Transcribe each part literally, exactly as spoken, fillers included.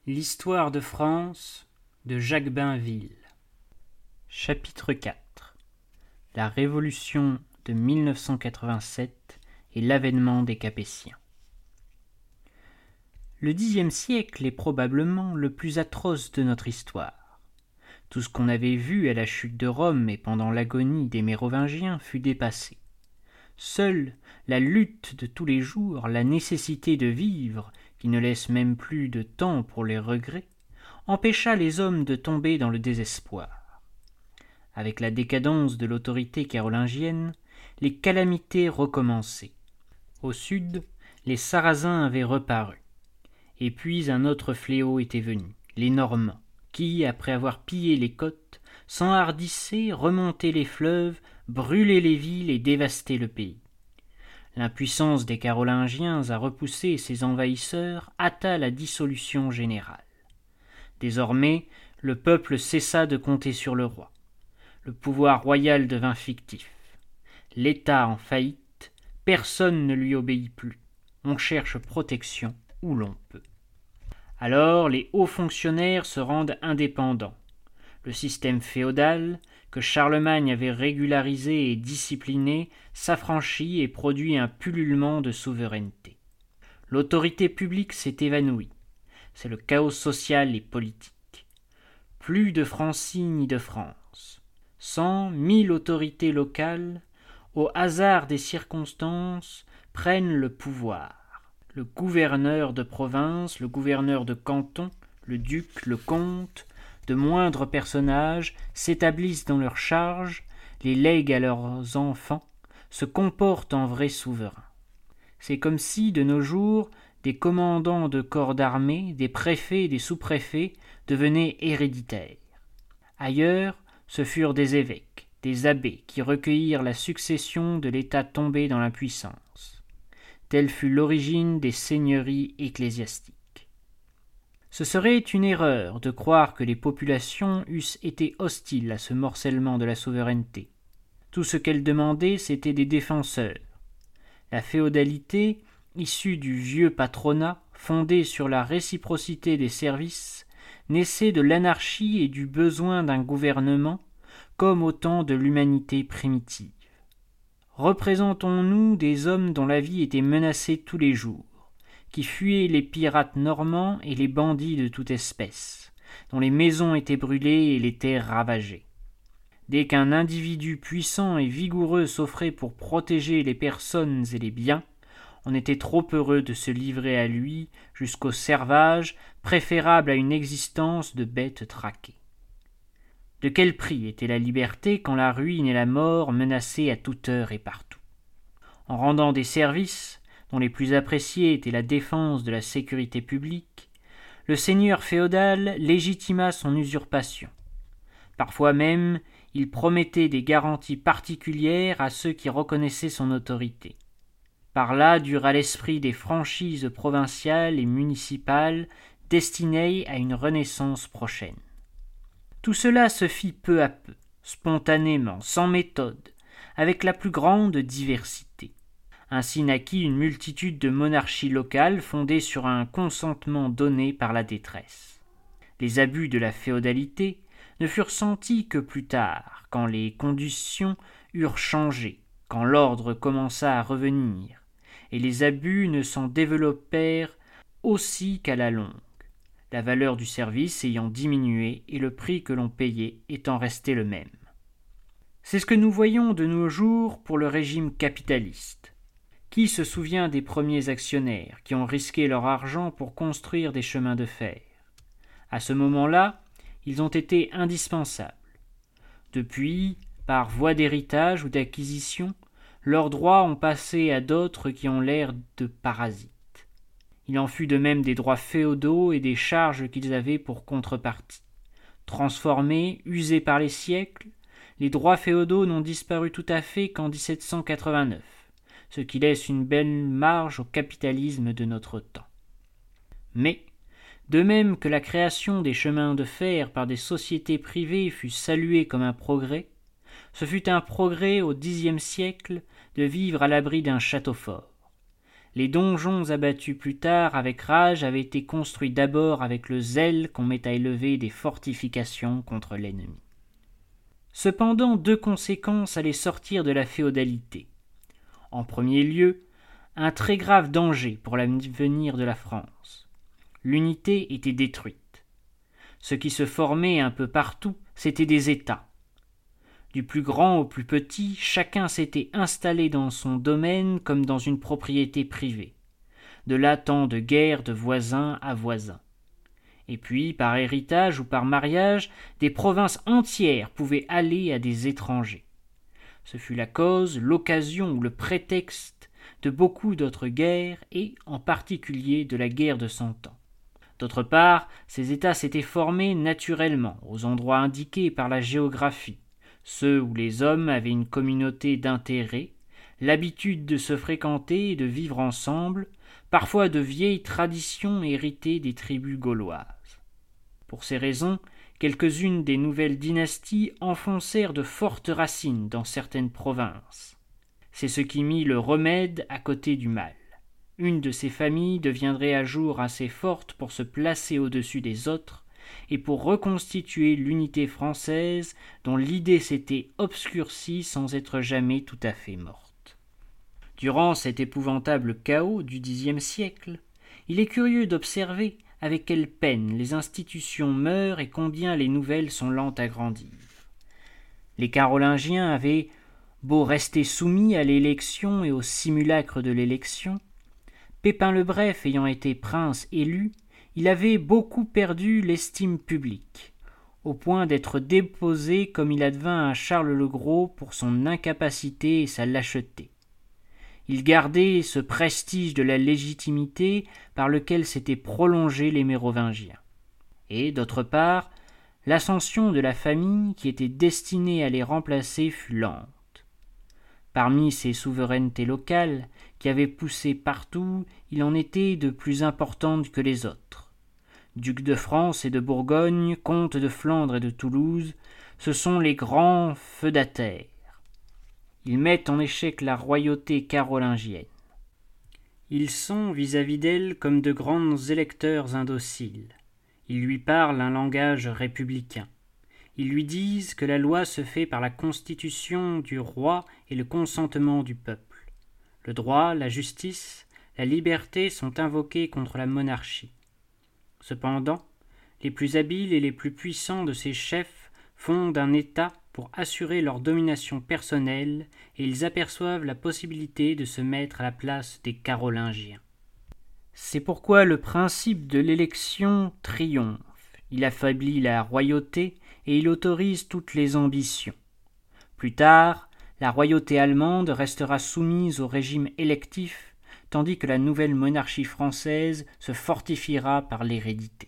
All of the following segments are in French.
L'histoire de France de Jacques Bainville. Chapitre quatre. La Révolution de mille neuf cent quatre-vingt-sept et l'avènement des Capétiens. Le dixième siècle est probablement le plus atroce de notre histoire. Tout ce qu'on avait vu à la chute de Rome et pendant l'agonie des Mérovingiens fut dépassé. Seule la lutte de tous les jours, la nécessité de vivre, qui ne laisse même plus de temps pour les regrets, empêcha les hommes de tomber dans le désespoir. Avec la décadence de l'autorité carolingienne, les calamités recommençaient. Au sud, les Sarrasins avaient reparu. Et puis un autre fléau était venu, les Normands, qui, après avoir pillé les côtes, s'enhardissaient, remontaient les fleuves, brûlaient les villes et dévastaient le pays. L'impuissance des Carolingiens à repousser ces envahisseurs hâta la dissolution générale. Désormais, le peuple cessa de compter sur le roi. Le pouvoir royal devint fictif. L'État en faillite, personne ne lui obéit plus. On cherche protection où l'on peut. Alors les hauts fonctionnaires se rendent indépendants. Le système féodal, que Charlemagne avait régularisé et discipliné, s'affranchit et produit un pullulement de souveraineté. L'autorité publique s'est évanouie. C'est le chaos social et politique. Plus de Francie ni de France. Cent mille autorités locales, au hasard des circonstances, prennent le pouvoir. Le gouverneur de province, le gouverneur de canton, le duc, le comte, de moindres personnages s'établissent dans leurs charges, les lèguent à leurs enfants, se comportent en vrais souverains. C'est comme si, de nos jours, des commandants de corps d'armée, des préfets et des sous-préfets devenaient héréditaires. Ailleurs, ce furent des évêques, des abbés qui recueillirent la succession de l'État tombé dans l'impuissance. Telle fut l'origine des seigneuries ecclésiastiques. Ce serait une erreur de croire que les populations eussent été hostiles à ce morcellement de la souveraineté. Tout ce qu'elles demandaient, c'était des défenseurs. La féodalité, issue du vieux patronat, fondée sur la réciprocité des services, naissait de l'anarchie et du besoin d'un gouvernement, comme au temps de l'humanité primitive. Représentons-nous des hommes dont la vie était menacée tous les jours, qui fuyaient les pirates normands et les bandits de toute espèce, dont les maisons étaient brûlées et les terres ravagées. Dès qu'un individu puissant et vigoureux s'offrait pour protéger les personnes et les biens, on était trop heureux de se livrer à lui jusqu'au servage, préférable à une existence de bêtes traquées. De quel prix était la liberté quand la ruine et la mort menaçaient à toute heure et partout? En rendant des services, dont les plus appréciés étaient la défense de la sécurité publique, le seigneur féodal légitima son usurpation. Parfois même, il promettait des garanties particulières à ceux qui reconnaissaient son autorité. Par là dura l'esprit des franchises provinciales et municipales destinées à une renaissance prochaine. Tout cela se fit peu à peu, spontanément, sans méthode, avec la plus grande diversité. Ainsi naquit une multitude de monarchies locales fondées sur un consentement donné par la détresse. Les abus de la féodalité ne furent sentis que plus tard, quand les conditions eurent changé, quand l'ordre commença à revenir, et les abus ne s'en développèrent aussi qu'à la longue, la valeur du service ayant diminué et le prix que l'on payait étant resté le même. C'est ce que nous voyons de nos jours pour le régime capitaliste. Qui se souvient des premiers actionnaires qui ont risqué leur argent pour construire des chemins de fer? À ce moment-là, ils ont été indispensables. Depuis, par voie d'héritage ou d'acquisition, leurs droits ont passé à d'autres qui ont l'air de parasites. Il en fut de même des droits féodaux et des charges qu'ils avaient pour contrepartie. Transformés, usés par les siècles, les droits féodaux n'ont disparu tout à fait qu'en dix-sept cent quatre-vingt-neuf, ce qui laisse une belle marge au capitalisme de notre temps. Mais, de même que la création des chemins de fer par des sociétés privées fut saluée comme un progrès, ce fut un progrès au dixième siècle de vivre à l'abri d'un château fort. Les donjons abattus plus tard avec rage avaient été construits d'abord avec le zèle qu'on met à élever des fortifications contre l'ennemi. Cependant, deux conséquences allaient sortir de la féodalité. En premier lieu, un très grave danger pour l'avenir de la France. L'unité était détruite. Ce qui se formait un peu partout, c'étaient des États. Du plus grand au plus petit, chacun s'était installé dans son domaine comme dans une propriété privée. De là tant de guerres de voisin à voisin. Et puis, par héritage ou par mariage, des provinces entières pouvaient aller à des étrangers. Ce fut la cause, l'occasion ou le prétexte de beaucoup d'autres guerres et, en particulier, de la guerre de Cent Ans. D'autre part, ces États s'étaient formés naturellement, aux endroits indiqués par la géographie, ceux où les hommes avaient une communauté d'intérêts, l'habitude de se fréquenter et de vivre ensemble, parfois de vieilles traditions héritées des tribus gauloises. Pour ces raisons, quelques-unes des nouvelles dynasties enfoncèrent de fortes racines dans certaines provinces. C'est ce qui mit le remède à côté du mal. Une de ces familles deviendrait à jour assez forte pour se placer au-dessus des autres et pour reconstituer l'unité française dont l'idée s'était obscurcie sans être jamais tout à fait morte. Durant cet épouvantable chaos du dixième siècle, il est curieux d'observer avec quelle peine les institutions meurent et combien les nouvelles sont lentes à grandir. Les Carolingiens avaient beau rester soumis à l'élection et au simulacre de l'élection, Pépin le Bref ayant été prince élu, il avait beaucoup perdu l'estime publique, au point d'être déposé comme il advint à Charles le Gros pour son incapacité et sa lâcheté. Il gardait ce prestige de la légitimité par lequel s'étaient prolongés les Mérovingiens. Et, d'autre part, l'ascension de la famille qui était destinée à les remplacer fut lente. Parmi ces souverainetés locales qui avaient poussé partout, il en était de plus importantes que les autres. Ducs de France et de Bourgogne, comtes de Flandre et de Toulouse, ce sont les grands feudataires. Ils mettent en échec la royauté carolingienne. Ils sont vis-à-vis d'elle comme de grands électeurs indociles. Ils lui parlent un langage républicain. Ils lui disent que la loi se fait par la constitution du roi et le consentement du peuple. Le droit, la justice, la liberté sont invoqués contre la monarchie. Cependant, les plus habiles et les plus puissants de ces chefs fondent un État pour assurer leur domination personnelle et ils aperçoivent la possibilité de se mettre à la place des Carolingiens. C'est pourquoi le principe de l'élection triomphe. Il affaiblit la royauté et il autorise toutes les ambitions. Plus tard, la royauté allemande restera soumise au régime électif, tandis que la nouvelle monarchie française se fortifiera par l'hérédité.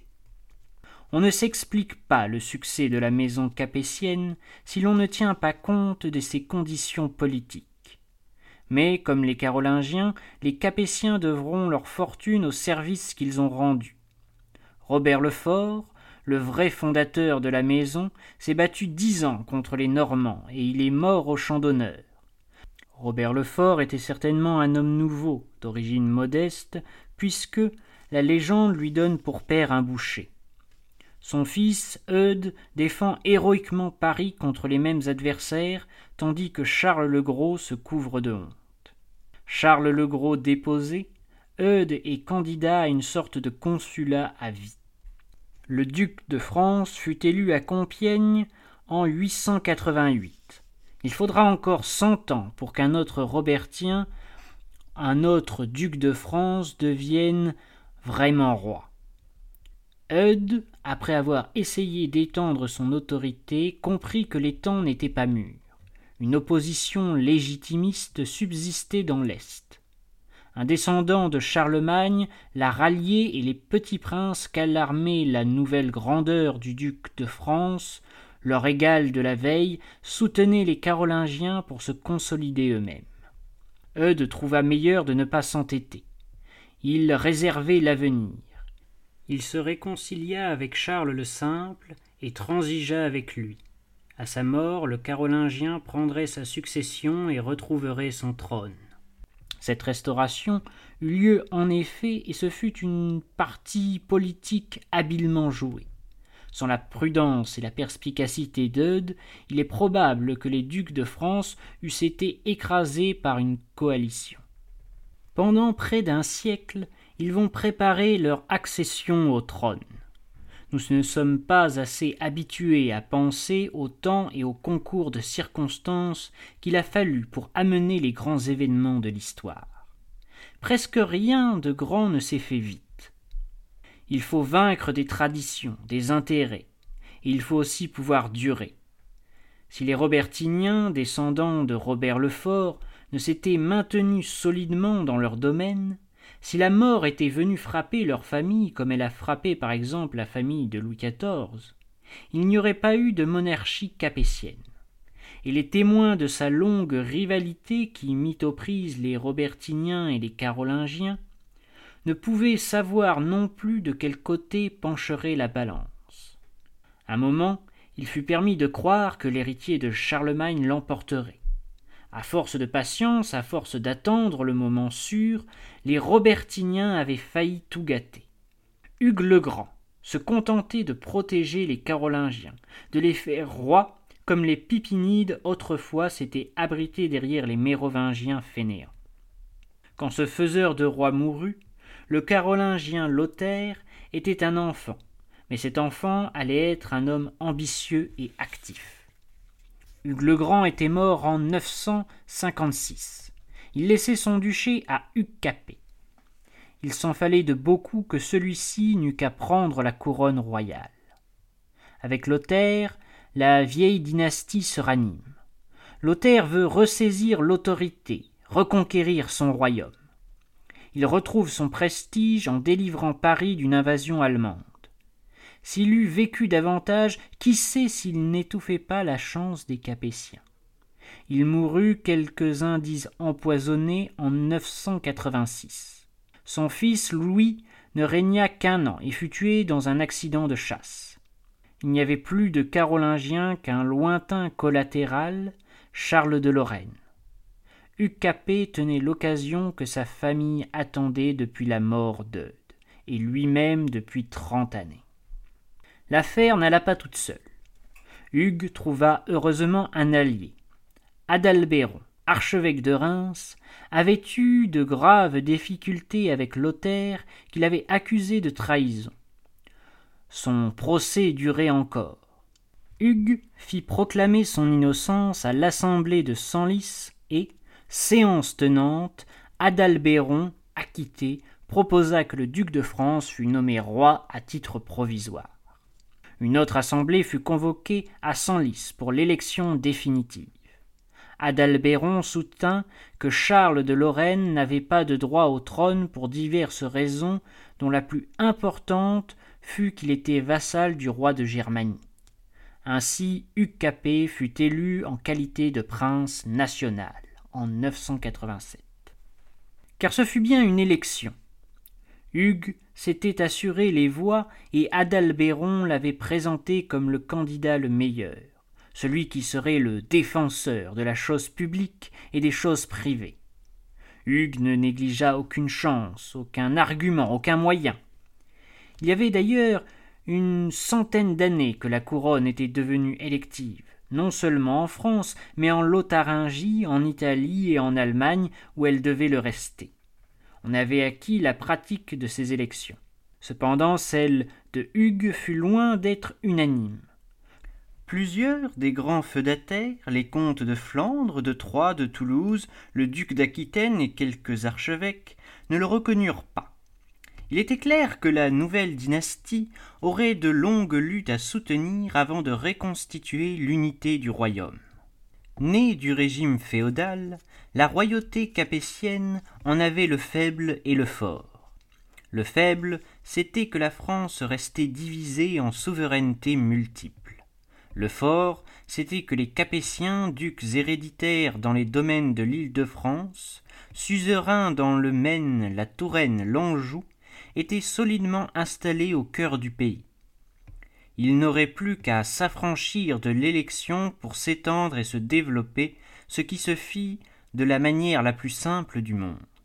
On ne s'explique pas le succès de la maison capétienne si l'on ne tient pas compte de ses conditions politiques. Mais, comme les Carolingiens, les Capétiens devront leur fortune au service qu'ils ont rendu. Robert le Fort, le vrai fondateur de la maison, s'est battu dix ans contre les Normands et il est mort au champ d'honneur. Robert le Fort était certainement un homme nouveau, d'origine modeste, puisque la légende lui donne pour père un boucher. Son fils, Eudes, défend héroïquement Paris contre les mêmes adversaires, tandis que Charles le Gros se couvre de honte. Charles le Gros déposé, Eudes est candidat à une sorte de consulat à vie. Le duc de France fut élu à Compiègne en huit cent quatre-vingt-huit. Il faudra encore cent ans pour qu'un autre Robertien, un autre duc de France, devienne vraiment roi. Eudes, après avoir essayé d'étendre son autorité, comprit que les temps n'étaient pas mûrs. Une opposition légitimiste subsistait dans l'Est. Un descendant de Charlemagne l'a rallié et les petits princes qu'alarmait la nouvelle grandeur du duc de France, leur égal de la veille, soutenaient les Carolingiens pour se consolider eux-mêmes. Eudes trouva meilleur de ne pas s'entêter. Il réservait l'avenir. Il se réconcilia avec Charles le Simple et transigea avec lui. À sa mort, le Carolingien prendrait sa succession et retrouverait son trône. Cette restauration eut lieu en effet, et ce fut une partie politique habilement jouée. Sans la prudence et la perspicacité d'Eudes, il est probable que les ducs de France eussent été écrasés par une coalition. Pendant près d'un siècle, ils vont préparer leur accession au trône. Nous ne sommes pas assez habitués à penser au temps et au concours de circonstances qu'il a fallu pour amener les grands événements de l'histoire. Presque rien de grand ne s'est fait vite. Il faut vaincre des traditions, des intérêts, et il faut aussi pouvoir durer. Si les Robertiniens, descendants de Robert le Fort, ne s'étaient maintenus solidement dans leur domaine, si la mort était venue frapper leur famille comme elle a frappé par exemple la famille de Louis quatorze, il n'y aurait pas eu de monarchie capétienne. Et les témoins de sa longue rivalité qui mit aux prises les Robertiniens et les Carolingiens ne pouvaient savoir non plus de quel côté pencherait la balance. Un moment, il fut permis de croire que l'héritier de Charlemagne l'emporterait. À force de patience, à force d'attendre le moment sûr, les Robertiniens avaient failli tout gâter. Hugues le Grand se contentait de protéger les Carolingiens, de les faire rois, comme les Pipinides autrefois s'étaient abrités derrière les Mérovingiens fainéants. Quand ce faiseur de rois mourut, le Carolingien Lothaire était un enfant, mais cet enfant allait être un homme ambitieux et actif. Hugues le Grand était mort en neuf cent cinquante-six. Il laissait son duché à Hugues Capet. Il s'en fallait de beaucoup que celui-ci n'eût qu'à prendre la couronne royale. Avec Lothaire, la vieille dynastie se ranime. Lothaire veut ressaisir l'autorité, reconquérir son royaume. Il retrouve son prestige en délivrant Paris d'une invasion allemande. S'il eût vécu davantage, qui sait s'il n'étouffait pas la chance des Capétiens. Il mourut, quelques-uns disent empoisonné, en neuf cent quatre-vingt-six. Son fils Louis ne régna qu'un an et fut tué dans un accident de chasse. Il n'y avait plus de Carolingiens qu'un lointain collatéral, Charles de Lorraine. Hugues Capet tenait l'occasion que sa famille attendait depuis la mort d'Eudes, et lui-même depuis trente années. L'affaire n'alla pas toute seule. Hugues trouva heureusement un allié. Adalbéron, archevêque de Reims, avait eu de graves difficultés avec Lothaire qu'il avait accusé de trahison. Son procès durait encore. Hugues fit proclamer son innocence à l'assemblée de Senlis et, séance tenante, Adalbéron, acquitté, proposa que le duc de France fût nommé roi à titre provisoire. Une autre assemblée fut convoquée à Senlis pour l'élection définitive. Adalbéron soutint que Charles de Lorraine n'avait pas de droit au trône pour diverses raisons, dont la plus importante fut qu'il était vassal du roi de Germanie. Ainsi, Hugues Capet fut élu en qualité de prince national en neuf cent quatre-vingt-sept. Car ce fut bien une élection. Hugues s'était assuré les voix et Adalbéron l'avait présenté comme le candidat le meilleur, celui qui serait le défenseur de la chose publique et des choses privées. Hugues ne négligea aucune chance, aucun argument, aucun moyen. Il y avait d'ailleurs une centaine d'années que la couronne était devenue élective, non seulement en France, mais en Lotharingie, en Italie et en Allemagne, où elle devait le rester. On avait acquis la pratique de ces élections. Cependant, celle de Hugues fut loin d'être unanime. Plusieurs des grands feudataires, les comtes de Flandre, de Troyes, de Toulouse, le duc d'Aquitaine et quelques archevêques, ne le reconnurent pas. Il était clair que la nouvelle dynastie aurait de longues luttes à soutenir avant de reconstituer l'unité du royaume. Née du régime féodal, la royauté capétienne en avait le faible et le fort. Le faible, c'était que la France restait divisée en souverainetés multiples. Le fort, c'était que les Capétiens, ducs héréditaires dans les domaines de l'Île-de-France, suzerains dans le Maine, la Touraine, l'Anjou, étaient solidement installés au cœur du pays. Il n'aurait plus qu'à s'affranchir de l'élection pour s'étendre et se développer, ce qui se fit de la manière la plus simple du monde.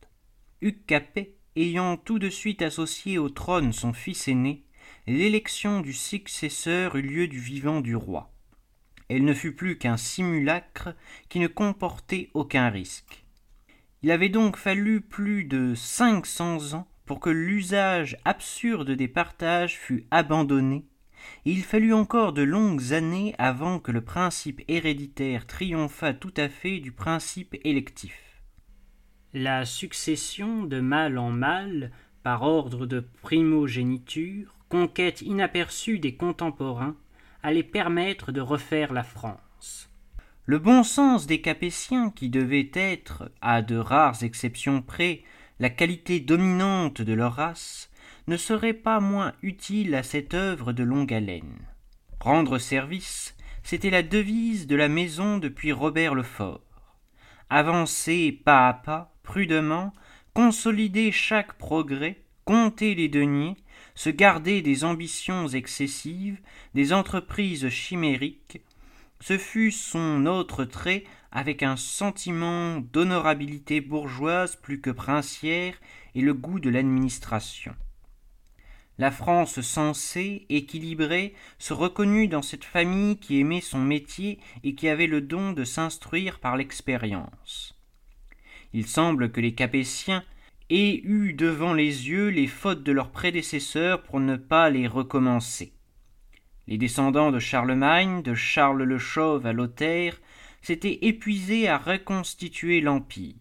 Hugues Capet ayant tout de suite associé au trône son fils aîné, l'élection du successeur eut lieu du vivant du roi. Elle ne fut plus qu'un simulacre qui ne comportait aucun risque. Il avait donc fallu plus de cinq cents ans pour que l'usage absurde des partages fût abandonné, et il fallut encore de longues années avant que le principe héréditaire triomphât tout à fait du principe électif. La succession de mâle en mâle, par ordre de primogéniture, conquête inaperçue des contemporains, allait permettre de refaire la France. Le bon sens des Capétiens, qui devait être, à de rares exceptions près, la qualité dominante de leur race, ne serait pas moins utile à cette œuvre de longue haleine. Rendre service, c'était la devise de la maison depuis Robert le Fort. Avancer pas à pas, prudemment, consolider chaque progrès, compter les deniers, se garder des ambitions excessives, des entreprises chimériques, ce fut son autre trait avec un sentiment d'honorabilité bourgeoise plus que princière et le goût de l'administration. La France sensée, équilibrée, se reconnut dans cette famille qui aimait son métier et qui avait le don de s'instruire par l'expérience. Il semble que les Capétiens aient eu devant les yeux les fautes de leurs prédécesseurs pour ne pas les recommencer. Les descendants de Charlemagne, de Charles le Chauve à Lothaire, s'étaient épuisés à reconstituer l'Empire.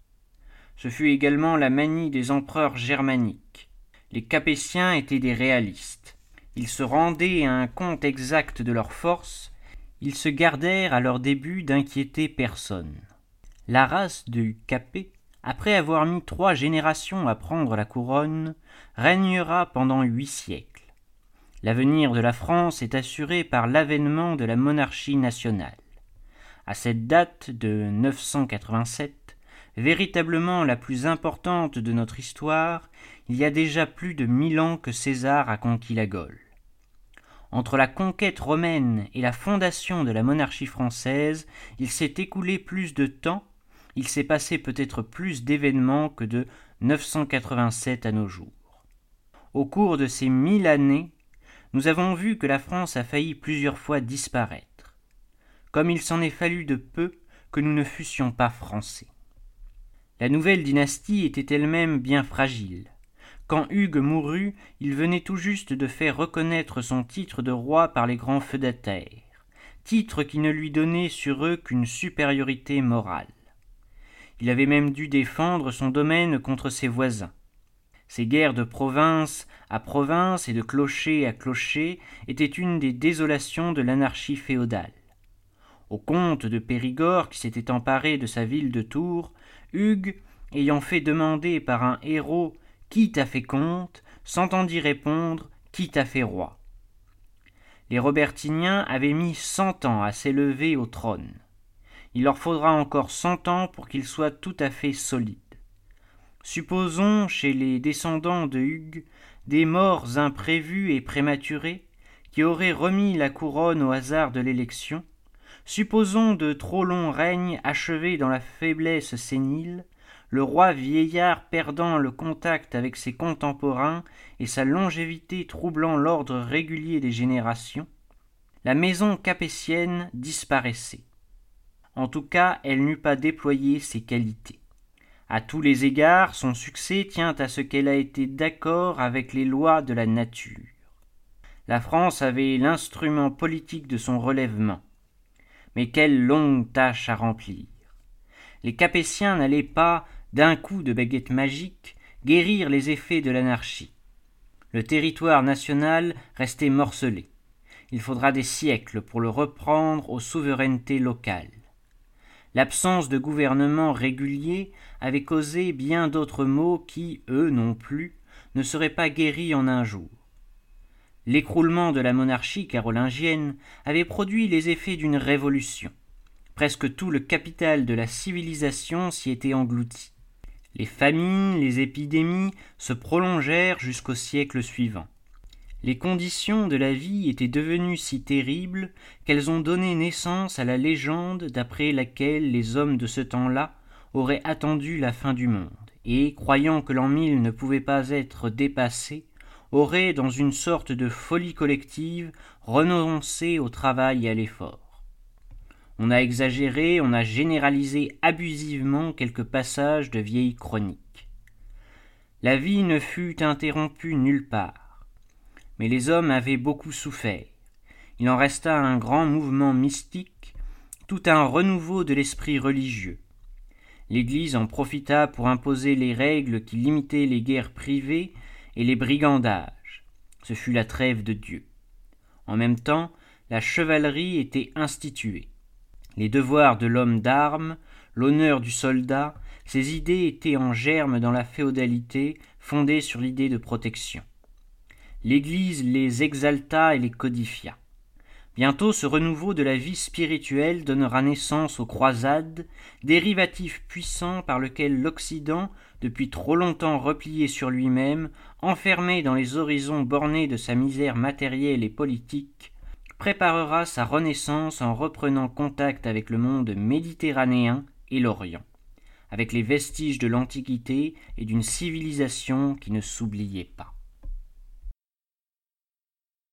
Ce fut également la manie des empereurs germaniques. Les Capétiens étaient des réalistes. Ils se rendaient à un compte exact de leurs forces. Ils se gardèrent à leur début d'inquiéter personne. La race de Capet, après avoir mis trois générations à prendre la couronne, régnera pendant huit siècles. L'avenir de la France est assuré par l'avènement de la monarchie nationale. À cette date de neuf cent quatre-vingt-sept, véritablement la plus importante de notre histoire, il y a déjà plus de mille ans que César a conquis la Gaule. Entre la conquête romaine et la fondation de la monarchie française, il s'est écoulé plus de temps, il s'est passé peut-être plus d'événements que de neuf cent quatre-vingt-sept à nos jours. Au cours de ces mille années, nous avons vu que la France a failli plusieurs fois disparaître, comme il s'en est fallu de peu que nous ne fussions pas français. La nouvelle dynastie était elle-même bien fragile. Quand Hugues mourut, il venait tout juste de faire reconnaître son titre de roi par les grands feudataires, titre qui ne lui donnait sur eux qu'une supériorité morale. Il avait même dû défendre son domaine contre ses voisins. Ces guerres de province à province et de clocher à clocher étaient une des désolations de l'anarchie féodale. Au comte de Périgord, qui s'était emparé de sa ville de Tours, Hugues, ayant fait demander par un héros « Qui t'a fait comte ?», s'entendit répondre « Qui t'a fait roi ?» Les Robertiniens avaient mis cent ans à s'élever au trône. Il leur faudra encore cent ans pour qu'ils soient tout à fait solides. Supposons, chez les descendants de Hugues, des morts imprévus et prématurés, qui auraient remis la couronne au hasard de l'élection. Supposons de trop longs règnes achevés dans la faiblesse sénile, le roi vieillard perdant le contact avec ses contemporains et sa longévité troublant l'ordre régulier des générations. La maison capétienne disparaissait. En tout cas, elle n'eût pas déployé ses qualités. À tous les égards, son succès tient à ce qu'elle a été d'accord avec les lois de la nature. La France avait l'instrument politique de son relèvement. Mais quelle longue tâche à remplir! Les Capétiens n'allaient pas, d'un coup de baguette magique, guérir les effets de l'anarchie. Le territoire national restait morcelé. Il faudra des siècles pour le reprendre aux souverainetés locales. L'absence de gouvernement régulier avait causé bien d'autres maux qui, eux non plus, ne seraient pas guéris en un jour. L'écroulement de la monarchie carolingienne avait produit les effets d'une révolution. Presque tout le capital de la civilisation s'y était englouti. Les famines, les épidémies se prolongèrent jusqu'au siècle suivant. Les conditions de la vie étaient devenues si terribles qu'elles ont donné naissance à la légende d'après laquelle les hommes de ce temps-là auraient attendu la fin du monde, et, croyant que l'an mille ne pouvait pas être dépassé, aurait, dans une sorte de folie collective, renoncé au travail et à l'effort. On a exagéré, on a généralisé abusivement quelques passages de vieilles chroniques. La vie ne fut interrompue nulle part, mais les hommes avaient beaucoup souffert. Il en resta un grand mouvement mystique, tout un renouveau de l'esprit religieux. L'Église en profita pour imposer les règles qui limitaient les guerres privées et les brigandages. Ce fut la trêve de Dieu. En même temps, la chevalerie était instituée. Les devoirs de l'homme d'armes, l'honneur du soldat, ces idées étaient en germe dans la féodalité, fondée sur l'idée de protection. L'Église les exalta et les codifia. Bientôt, ce renouveau de la vie spirituelle donnera naissance aux croisades, dérivatif puissant par lequel l'Occident, depuis trop longtemps replié sur lui-même, enfermé dans les horizons bornés de sa misère matérielle et politique, préparera sa renaissance en reprenant contact avec le monde méditerranéen et l'Orient, avec les vestiges de l'Antiquité et d'une civilisation qui ne s'oubliait pas.